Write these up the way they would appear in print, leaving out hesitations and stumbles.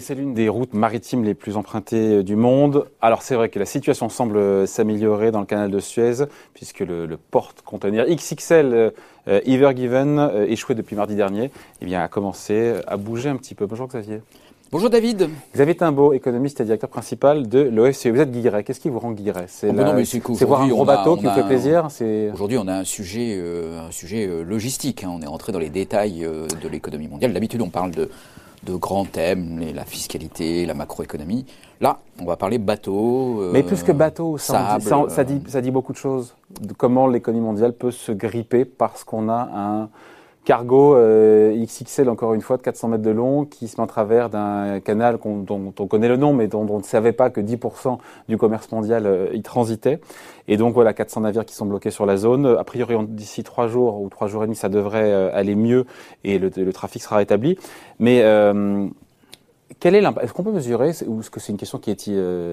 c'est l'une des routes maritimes les plus empruntées du monde. Alors c'est vrai que la situation semble s'améliorer dans le canal de Suez, puisque le porte-conteneur XXL Ever Given, échoué depuis mardi dernier, a commencé à bouger un petit peu. Bonjour Xavier. Bonjour David. Xavier Timbaud, économiste et directeur principal de l'OFCE. Vous êtes guilleret. Qu'est-ce qui vous rend guilleret? C'est voir un gros bateau qui vous fait plaisir? Aujourd'hui, on a un sujet logistique. On est rentré dans les détails de l'économie mondiale. D'habitude, on parle de grands thèmes, la fiscalité, la macroéconomie. Là, on va parler bateau. Mais plus que bateau, ça dit beaucoup de choses. De comment l'économie mondiale peut se gripper parce qu'on a un cargo XXL, encore une fois, de 400 mètres de long, qui se met en travers d'un canal dont on connaît le nom, mais dont on ne savait pas que 10% du commerce mondial y transitait. Et donc voilà, 400 navires qui sont bloqués sur la zone. A priori, d'ici 3 jours ou 3 jours et demi, ça devrait aller mieux et le trafic sera rétabli. Mais quel est l'impact? Est-ce qu'on peut mesurer, ou est-ce que c'est une question qui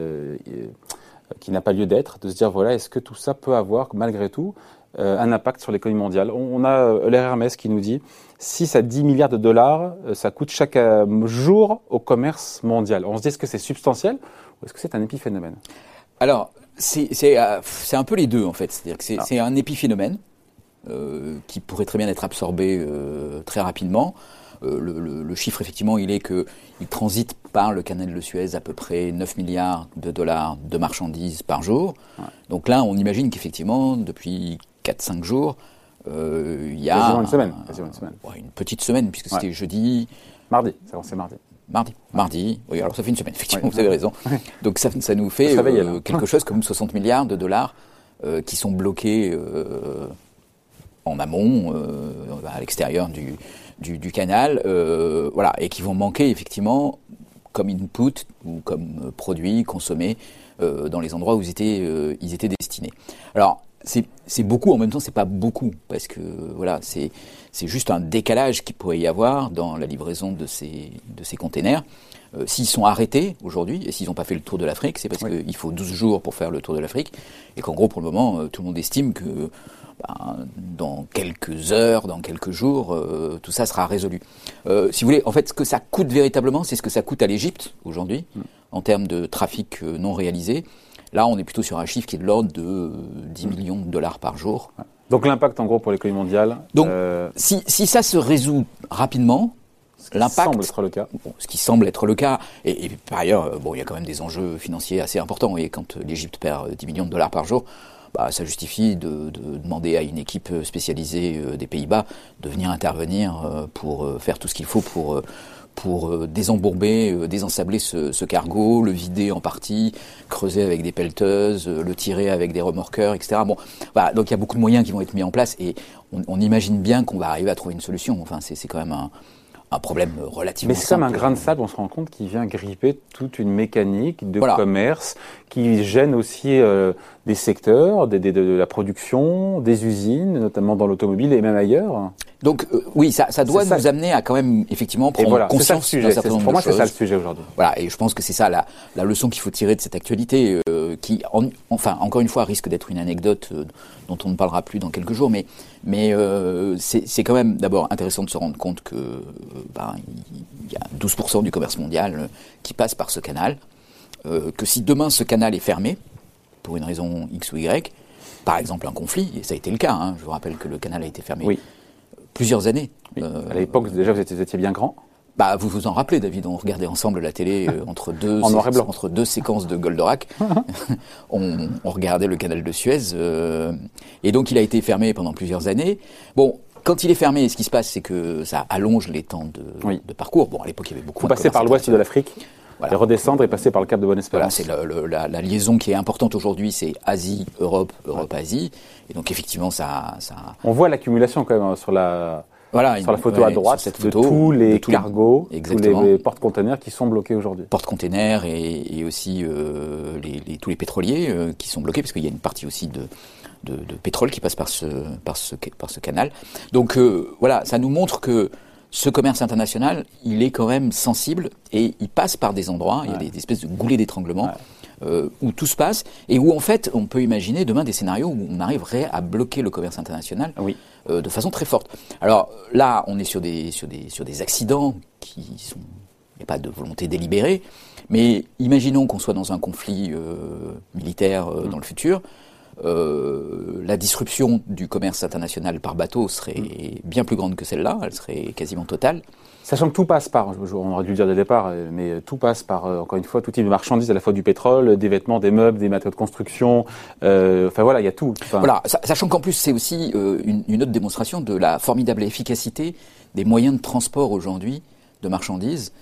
n'a pas lieu d'être, de se dire, voilà, est-ce que tout ça peut avoir, malgré tout, un impact sur l'économie mondiale? On a l'RMS qui nous dit 6 à 10 milliards de dollars, ça coûte chaque jour au commerce mondial. On se dit, est-ce que c'est substantiel ou est-ce que c'est un épiphénomène? Alors, c'est un peu les deux en fait. C'est-à-dire que c'est un épiphénomène qui pourrait très bien être absorbé très rapidement. Le chiffre, effectivement, il est qu'il transite par le canal de Suez à peu près 9 milliards de dollars de marchandises par jour. Ouais. Donc là, on imagine qu'effectivement, depuis 4-5 jours, il y a... Quasiment une semaine. Une petite semaine, puisque c'était jeudi... Mardi, ça commençait mardi. Mardi, oui, alors ça fait une semaine, effectivement, vous avez raison. Donc ça nous fait quelque chose comme 60 milliards de dollars qui sont bloqués en amont, à l'extérieur du canal, et qui vont manquer effectivement comme input ou comme produit consommé dans les endroits où ils étaient destinés. Alors c'est beaucoup, en même temps c'est pas beaucoup, parce que voilà, c'est juste un décalage qu'il pourrait y avoir dans la livraison de ces containers. S'ils sont arrêtés aujourd'hui, et s'ils n'ont pas fait le tour de l'Afrique, c'est parce qu'il faut 12 jours pour faire le tour de l'Afrique, et qu'en gros pour le moment tout le monde estime que dans quelques heures, dans quelques jours, tout ça sera résolu. Si vous voulez, en fait, ce que ça coûte véritablement, c'est ce que ça coûte à l'Égypte aujourd'hui, en termes de trafic non réalisé. Là, on est plutôt sur un chiffre qui est de l'ordre de 10 millions de dollars par jour. Donc l'impact, en gros, pour l'économie mondiale... Donc, si ça se résout rapidement, l'impact... semble être le cas. Ce qui semble être le cas. Et par ailleurs, il y a quand même des enjeux financiers assez importants. Et quand l'Égypte perd 10 millions de dollars par jour, ça justifie de demander à une équipe spécialisée des Pays-Bas de venir intervenir pour faire tout ce qu'il faut pour désembourber, désensabler ce cargo, le vider en partie, creuser avec des pelleteuses, le tirer avec des remorqueurs, etc. Donc il y a beaucoup de moyens qui vont être mis en place et on imagine bien qu'on va arriver à trouver une solution. Enfin, c'est quand même un problème relativement simple. Mais c'est comme un grain de sable, on se rend compte qu'il vient gripper toute une mécanique de commerce qui gêne aussi des secteurs, de la production, des usines, notamment dans l'automobile et même ailleurs. Donc oui, ça doit nous amener à quand même effectivement prendre conscience d'un certain nombre de choses. Pour moi, c'est ça le sujet aujourd'hui. Voilà, et je pense que c'est ça la leçon qu'il faut tirer de cette actualité, qui, encore une fois, risque d'être une anecdote dont on ne parlera plus dans quelques jours, mais c'est quand même d'abord intéressant de se rendre compte que il y a 12% du commerce mondial qui passe par ce canal, que si demain ce canal est fermé, pour une raison X ou Y, par exemple un conflit, et ça a été le cas, je vous rappelle que le canal a été fermé plusieurs années. Oui. À l'époque, déjà, vous étiez bien grand. Vous vous en rappelez, David, on regardait ensemble la télé entre deux séquences de Goldorak. on regardait le canal de Suez, et donc il a été fermé pendant plusieurs années. Quand il est fermé, ce qui se passe, c'est que ça allonge les temps de parcours. À l'époque, il y avait beaucoup. Il faut passer par l'ouest de l'Afrique, et redescendre et passer par le cap de Bonne-Espérance. Voilà, c'est la liaison qui est importante aujourd'hui, c'est Asie-Europe, Europe-Asie. Et donc effectivement, ça... On voit l'accumulation quand même sur la photo à droite de tous les cargos, tous les porte-containers qui sont bloqués aujourd'hui. Porte-containers et aussi tous les pétroliers qui sont bloqués, parce qu'il y a une partie aussi de pétrole qui passe par ce canal. Donc ça nous montre que ce commerce international, il est quand même sensible et il passe par des endroits, il y a des espèces de goulets d'étranglement où tout se passe et où en fait on peut imaginer demain des scénarios où on arriverait à bloquer le commerce international de façon très forte. Alors là, on est sur des accidents qui sont n'y a pas de volonté délibérée. Mais imaginons qu'on soit dans un conflit militaire dans le futur. La disruption du commerce international par bateau serait bien plus grande que celle-là, elle serait quasiment totale. Sachant que tout passe par, on aurait dû le dire dès le départ, mais tout passe par, encore une fois, tout type de marchandises, à la fois du pétrole, des vêtements, des meubles, des matériaux de construction, enfin voilà, il y a tout. Voilà, sachant qu'en plus c'est aussi une autre démonstration de la formidable efficacité des moyens de transport aujourd'hui de marchandises.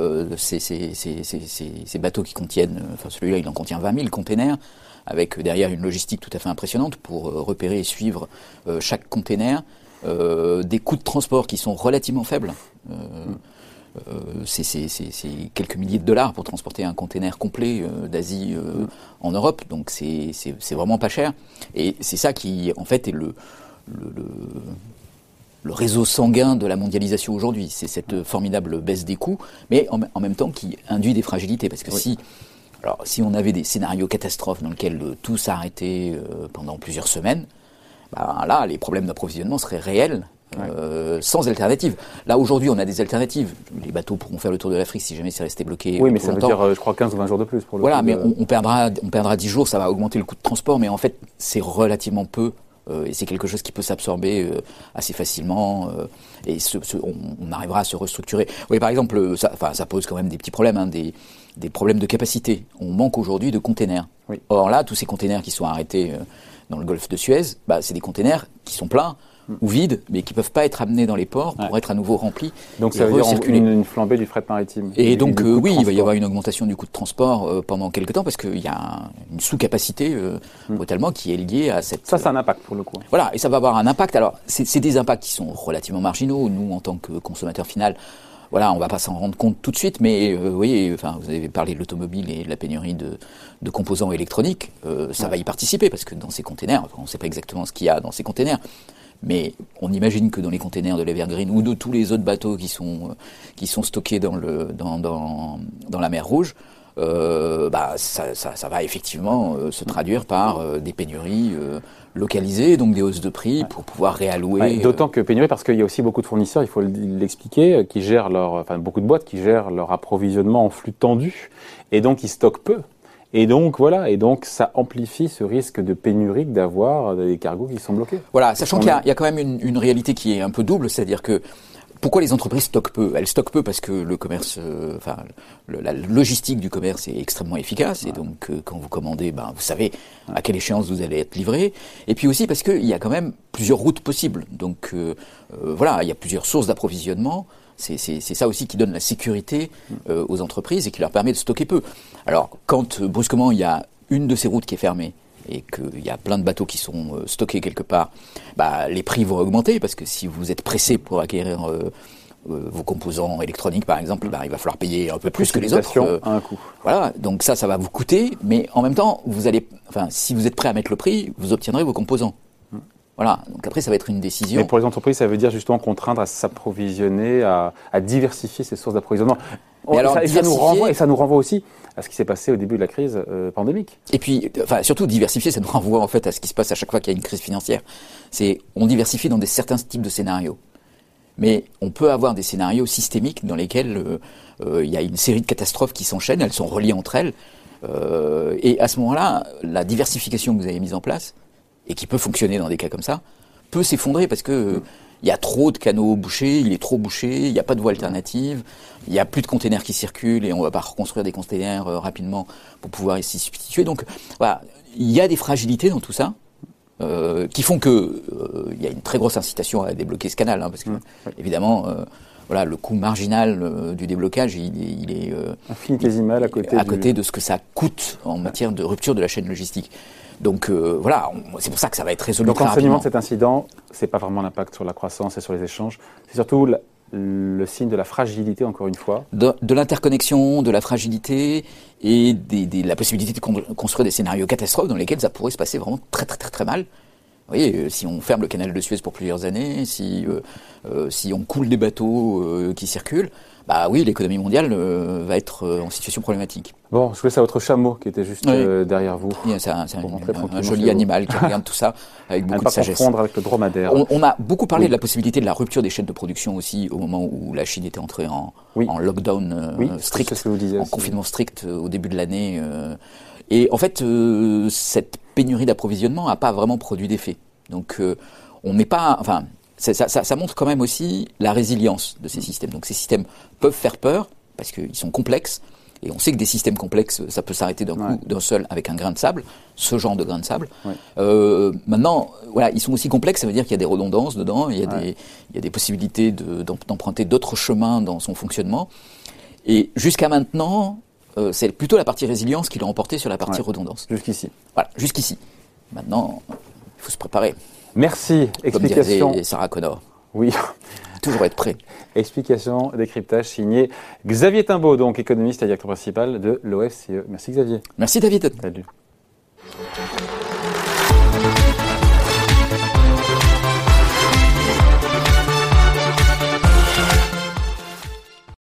Ces bateaux qui contiennent, enfin celui-là il en contient 20 000 containers, avec derrière une logistique tout à fait impressionnante pour repérer et suivre chaque container, des coûts de transport qui sont relativement faibles. C'est quelques milliers de dollars pour transporter un container complet d'Asie en Europe, donc c'est vraiment pas cher. Et c'est ça qui, en fait, est le réseau sanguin de la mondialisation aujourd'hui. C'est cette formidable baisse des coûts, mais en même temps qui induit des fragilités, parce que si on avait des scénarios catastrophes dans lesquels tout s'arrêtait pendant plusieurs semaines, là, les problèmes d'approvisionnement seraient réels, sans alternative. Là, aujourd'hui, on a des alternatives. Les bateaux pourront faire le tour de l'Afrique si jamais c'est resté bloqué. Oui, mais ça veut dire, je crois, 15 ou 20 jours de plus. Pour le voilà, mais on perdra 10 jours, ça va augmenter le coût de transport, mais en fait, c'est relativement peu. Et c'est quelque chose qui peut s'absorber assez facilement, et on arrivera à se restructurer. Oui, par exemple, ça pose quand même des petits problèmes, des problèmes de capacité. On manque aujourd'hui de containers. Oui. Or là, tous ces containers qui sont arrêtés dans le golfe de Suez, c'est des containers qui sont pleins ou vides, mais qui ne peuvent pas être amenés dans les ports pour être à nouveau remplis. Donc ça veut dire une flambée du fret maritime. Et donc oui, il va y avoir une augmentation du coût de transport pendant quelques temps, parce qu'il y a une sous-capacité brutalement qui est liée à cette... Ça, c'est un impact pour le coup. Voilà, et ça va avoir un impact. Alors, c'est des impacts qui sont relativement marginaux. Nous, en tant que consommateur final, voilà, on va pas s'en rendre compte tout de suite, mais vous voyez, vous avez parlé de l'automobile et de la pénurie de composants électroniques, ça va y participer, parce que dans ces containers, on ne sait pas exactement ce qu'il y a dans ces containers, mais on imagine que dans les containers de l'Evergreen ou de tous les autres bateaux qui sont stockés dans la mer Rouge, ça va effectivement se traduire par des pénuries localisées, donc des hausses de prix pour pouvoir réallouer. D'autant que pénurie, parce qu'il y a aussi beaucoup de fournisseurs, il faut l'expliquer, qui gèrent beaucoup de boîtes qui gèrent leur approvisionnement en flux tendu, et donc ils stockent peu. Et donc ça amplifie ce risque de pénurie d'avoir des cargos qui sont bloqués. Voilà, sachant qu'il y a quand même une réalité qui est un peu double, c'est-à-dire que pourquoi les entreprises stockent peu ? Elles stockent peu parce que le commerce, la logistique du commerce est extrêmement efficace, et donc quand vous commandez, vous savez à quelle échéance vous allez être livré. Et puis aussi parce qu'il y a quand même plusieurs routes possibles. Donc il y a plusieurs sources d'approvisionnement. C'est ça aussi qui donne la sécurité aux entreprises et qui leur permet de stocker peu. Alors, quand brusquement il y a une de ces routes qui est fermée et qu'il y a plein de bateaux qui sont stockés quelque part, les prix vont augmenter, parce que si vous êtes pressé pour acquérir vos composants électroniques, par exemple, il va falloir payer un peu plus que les autres. À un coût. Voilà, donc ça va vous coûter, mais en même temps, si vous êtes prêt à mettre le prix, vous obtiendrez vos composants. Voilà, donc après ça va être une décision. Mais pour les entreprises, ça veut dire justement contraindre à s'approvisionner, à diversifier ses sources d'approvisionnement. Ça nous renvoie aussi à ce qui s'est passé au début de la crise pandémique. Et puis, surtout diversifier, ça nous renvoie en fait à ce qui se passe à chaque fois qu'il y a une crise financière. On diversifie dans certains types de scénarios. Mais on peut avoir des scénarios systémiques dans lesquels il y a une série de catastrophes qui s'enchaînent, elles sont reliées entre elles. Et à ce moment-là, la diversification que vous avez mise en place, et qui peut fonctionner dans des cas comme ça, peut s'effondrer parce que il y a trop de canaux bouchés, il est trop bouché, il n'y a pas de voie alternative, il n'y a plus de containers qui circulent et on ne va pas reconstruire des containers rapidement pour pouvoir s'y substituer. Donc voilà, il y a des fragilités dans tout ça qui font que il y a une très grosse incitation à débloquer ce canal, parce que évidemment le coût marginal du déblocage, il est infinitésimal à côté de ce que ça coûte en matière de rupture de la chaîne logistique. Donc c'est pour ça que ça va être résolu très rapidement. Donc l'enseignement de cet incident, c'est pas vraiment l'impact sur la croissance et sur les échanges, c'est surtout le signe de la fragilité, encore une fois. De l'interconnexion, de la fragilité et la possibilité de construire des scénarios catastrophes dans lesquels ça pourrait se passer vraiment très très très très mal. Vous voyez, si on ferme le canal de Suez pour plusieurs années, si on coule des bateaux qui circulent, Bah oui, l'économie mondiale va être en situation problématique. Bon, je vous laisse à votre chameau qui était juste derrière vous. C'est un joli animal qui regarde tout ça avec beaucoup de sagesse. Pas confondre avec le dromadaire. On a beaucoup parlé de la possibilité de la rupture des chaînes de production aussi au moment où la Chine était entrée en lockdown strict, c'est ce que vous disiez, en confinement strict au début de l'année. Et en fait, cette pénurie d'approvisionnement n'a pas vraiment produit d'effet. Donc, on n'est pas... Enfin, ça montre quand même aussi la résilience de ces systèmes. Donc, ces systèmes peuvent faire peur parce qu'ils sont complexes. Et on sait que des systèmes complexes, ça peut s'arrêter d'un coup, d'un seul, avec un grain de sable, ce genre de grain de sable. Maintenant, voilà, ils sont aussi complexes, ça veut dire qu'il y a des redondances dedans, il y a des possibilités d'emprunter d'autres chemins dans son fonctionnement. Et jusqu'à maintenant, c'est plutôt la partie résilience qui l'a emporté sur la partie redondance. Jusqu'ici. Voilà, jusqu'ici. Maintenant, il faut se préparer. Merci. Explication. Comme disait Sarah Connor. Oui. Toujours être prêt. Explication, décryptage signé Xavier Timbaud, donc économiste et directeur principal de l'OFCE. Merci Xavier. Merci David. Salut.